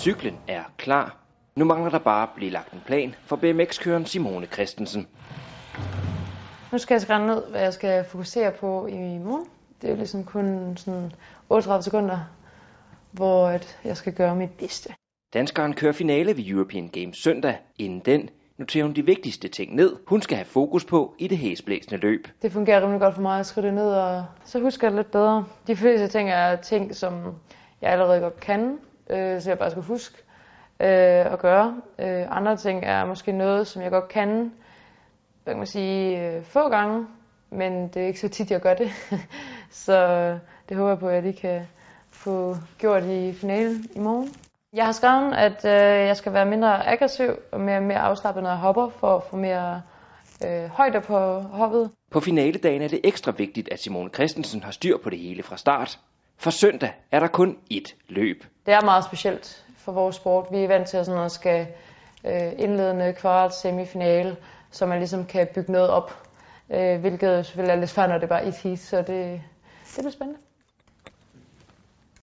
Cyklen er klar. Nu mangler der bare at blive lagt en plan for BMX-køreren Simone Christensen. Nu skal jeg skrive ned, hvad jeg skal fokusere på i morgen. Det er jo ligesom kun sådan 38 sekunder, hvor jeg skal gøre mit bedste. Danskeren kører finale ved European Games søndag. Inden den noterer hun de vigtigste ting ned, hun skal have fokus på i det hæsblæsende løb. Det fungerer rimelig godt for mig at skrive det ned, og så husker jeg det lidt bedre. De fleste ting er ting, som jeg allerede godt kan, så jeg bare skal huske at gøre. Andre ting er måske noget, som jeg godt kan, hvad kan man sige, få gange, men det er ikke så tit, jeg gør det. Så det håber jeg på, at jeg lige kan få gjort i finalen i morgen. Jeg har skrevet, at jeg skal være mindre aggressiv og mere afslappet, når jeg hopper, for at få mere højde på hoppet. På finaledagen er det ekstra vigtigt, at Simone Christensen har styr på det hele fra start. For søndag er der kun ét løb. Det er meget specielt for vores sport. Vi er vant til at skal indledende kvart, semifinale, så man ligesom kan bygge noget op. Hvilket selvfølgelig er lidt svært, når det er bare et heat, så det bliver spændende.